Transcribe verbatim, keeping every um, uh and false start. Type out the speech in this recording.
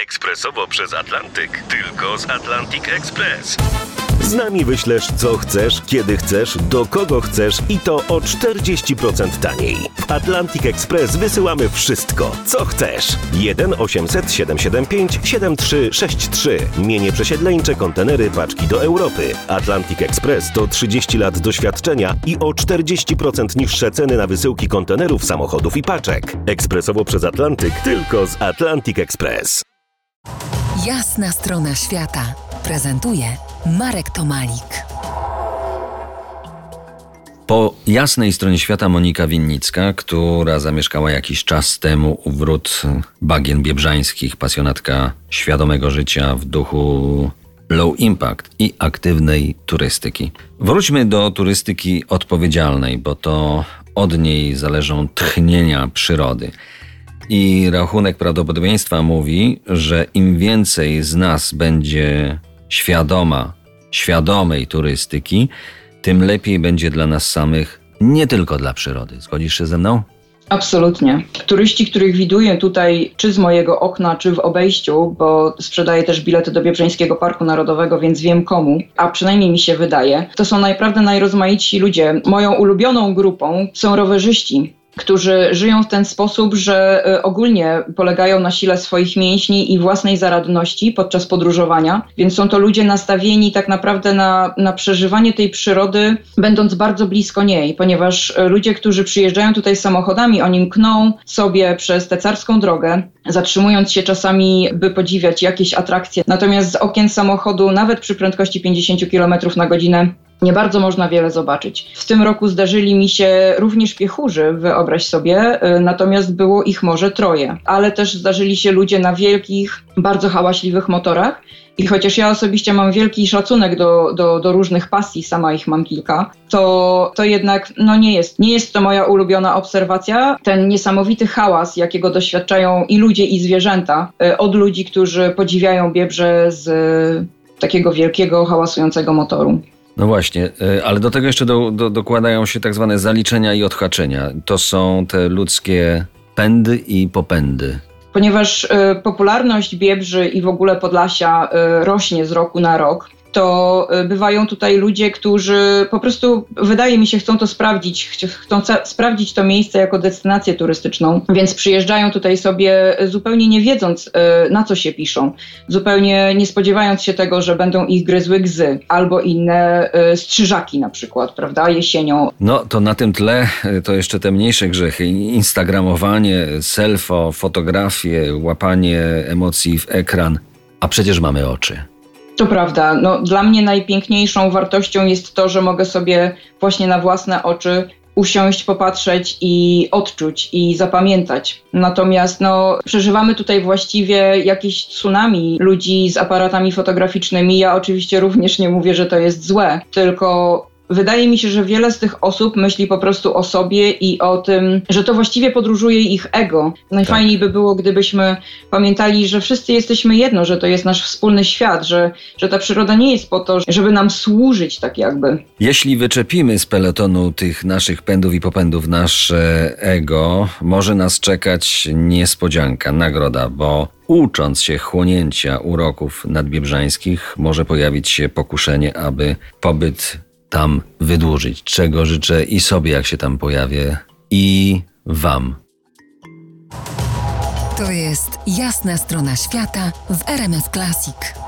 Ekspresowo przez Atlantyk. Tylko z Atlantic Express. Z nami wyślesz co chcesz, kiedy chcesz, do kogo chcesz i to o czterdzieści procent taniej. W Atlantic Express wysyłamy wszystko, co chcesz. jeden osiemset siedemset siedemdziesiąt pięć siedemdziesiąt trzy sześćdziesiąt trzy. Mienie przesiedleńcze, kontenery, paczki do Europy. Atlantic Express to trzydzieści lat doświadczenia i o czterdzieści procent niższe ceny na wysyłki kontenerów, samochodów i paczek. Ekspresowo przez Atlantyk, tylko z Atlantic Express. Jasna strona świata prezentuje Marek Tomalik. Po jasnej stronie świata Monika Winnicka, która zamieszkała jakiś czas temu u wrót bagien biebrzańskich, pasjonatka świadomego życia w duchu low impact i aktywnej turystyki. Wróćmy do turystyki odpowiedzialnej, bo to od niej zależą tchnienia przyrody. I rachunek prawdopodobieństwa mówi, że im więcej z nas będzie świadoma, świadomej turystyki, tym lepiej będzie dla nas samych, nie tylko dla przyrody. Zgodzisz się ze mną? Absolutnie. Turyści, których widuję tutaj, czy z mojego okna, czy w obejściu, bo sprzedaję też bilety do Biebrzańskiego Parku Narodowego, więc wiem komu, a przynajmniej mi się wydaje, to są naprawdę najrozmaitsi ludzie. Moją ulubioną grupą są rowerzyści, którzy żyją w ten sposób, że ogólnie polegają na sile swoich mięśni i własnej zaradności podczas podróżowania, więc są to ludzie nastawieni tak naprawdę na, na przeżywanie tej przyrody, będąc bardzo blisko niej, ponieważ ludzie, którzy przyjeżdżają tutaj samochodami, oni mkną sobie przez tę carską drogę, zatrzymując się czasami, by podziwiać jakieś atrakcje. Natomiast z okien samochodu, nawet przy prędkości pięćdziesiąt kilometrów na godzinę, nie bardzo można wiele zobaczyć. W tym roku zdarzyli mi się również piechurzy, wyobraź sobie, natomiast było ich może troje. Ale też zdarzyli się ludzie na wielkich, bardzo hałaśliwych motorach. I chociaż ja osobiście mam wielki szacunek do, do, do różnych pasji, sama ich mam kilka, to, to jednak no nie jest, nie jest to moja ulubiona obserwacja. Ten niesamowity hałas, jakiego doświadczają i ludzie, i zwierzęta od ludzi, którzy podziwiają Biebrze z takiego wielkiego, hałasującego motoru. No właśnie, ale do tego jeszcze do, do, dokładają się tak zwane zaliczenia i odhaczenia. To są te ludzkie pędy i popędy. Ponieważ y, popularność Biebrzy i w ogóle Podlasia y, rośnie z roku na rok, to y, bywają tutaj ludzie, którzy po prostu, wydaje mi się, chcą to sprawdzić, ch- chcą ca- sprawdzić to miejsce jako destynację turystyczną, więc przyjeżdżają tutaj sobie zupełnie nie wiedząc, y, na co się piszą, zupełnie nie spodziewając się tego, że będą ich gryzły gzy albo inne y, strzyżaki na przykład, prawda, jesienią. No to na tym tle to jeszcze te mniejsze grzechy. Instagramowanie, selfie, fotografie, łapanie emocji w ekran. A przecież mamy oczy. To prawda. No, dla mnie najpiękniejszą wartością jest to, że mogę sobie właśnie na własne oczy usiąść, popatrzeć i odczuć i zapamiętać. Natomiast no, przeżywamy tutaj właściwie jakieś tsunami ludzi z aparatami fotograficznymi. Ja oczywiście również nie mówię, że to jest złe, tylko wydaje mi się, że wiele z tych osób myśli po prostu o sobie i o tym, że to właściwie podróżuje ich ego. Najfajniej by było, gdybyśmy pamiętali, że wszyscy jesteśmy jedno, że to jest nasz wspólny świat, że, że ta przyroda nie jest po to, żeby nam służyć tak jakby. Jeśli wyczepimy z peletonu tych naszych pędów i popędów nasze ego, może nas czekać niespodzianka, nagroda, bo ucząc się chłonięcia uroków nadbiebrzańskich, może pojawić się pokuszenie, aby pobyt tam wydłużyć, czego życzę i sobie, jak się tam pojawię, i wam. To jest Jasna strona świata w R M F Classic.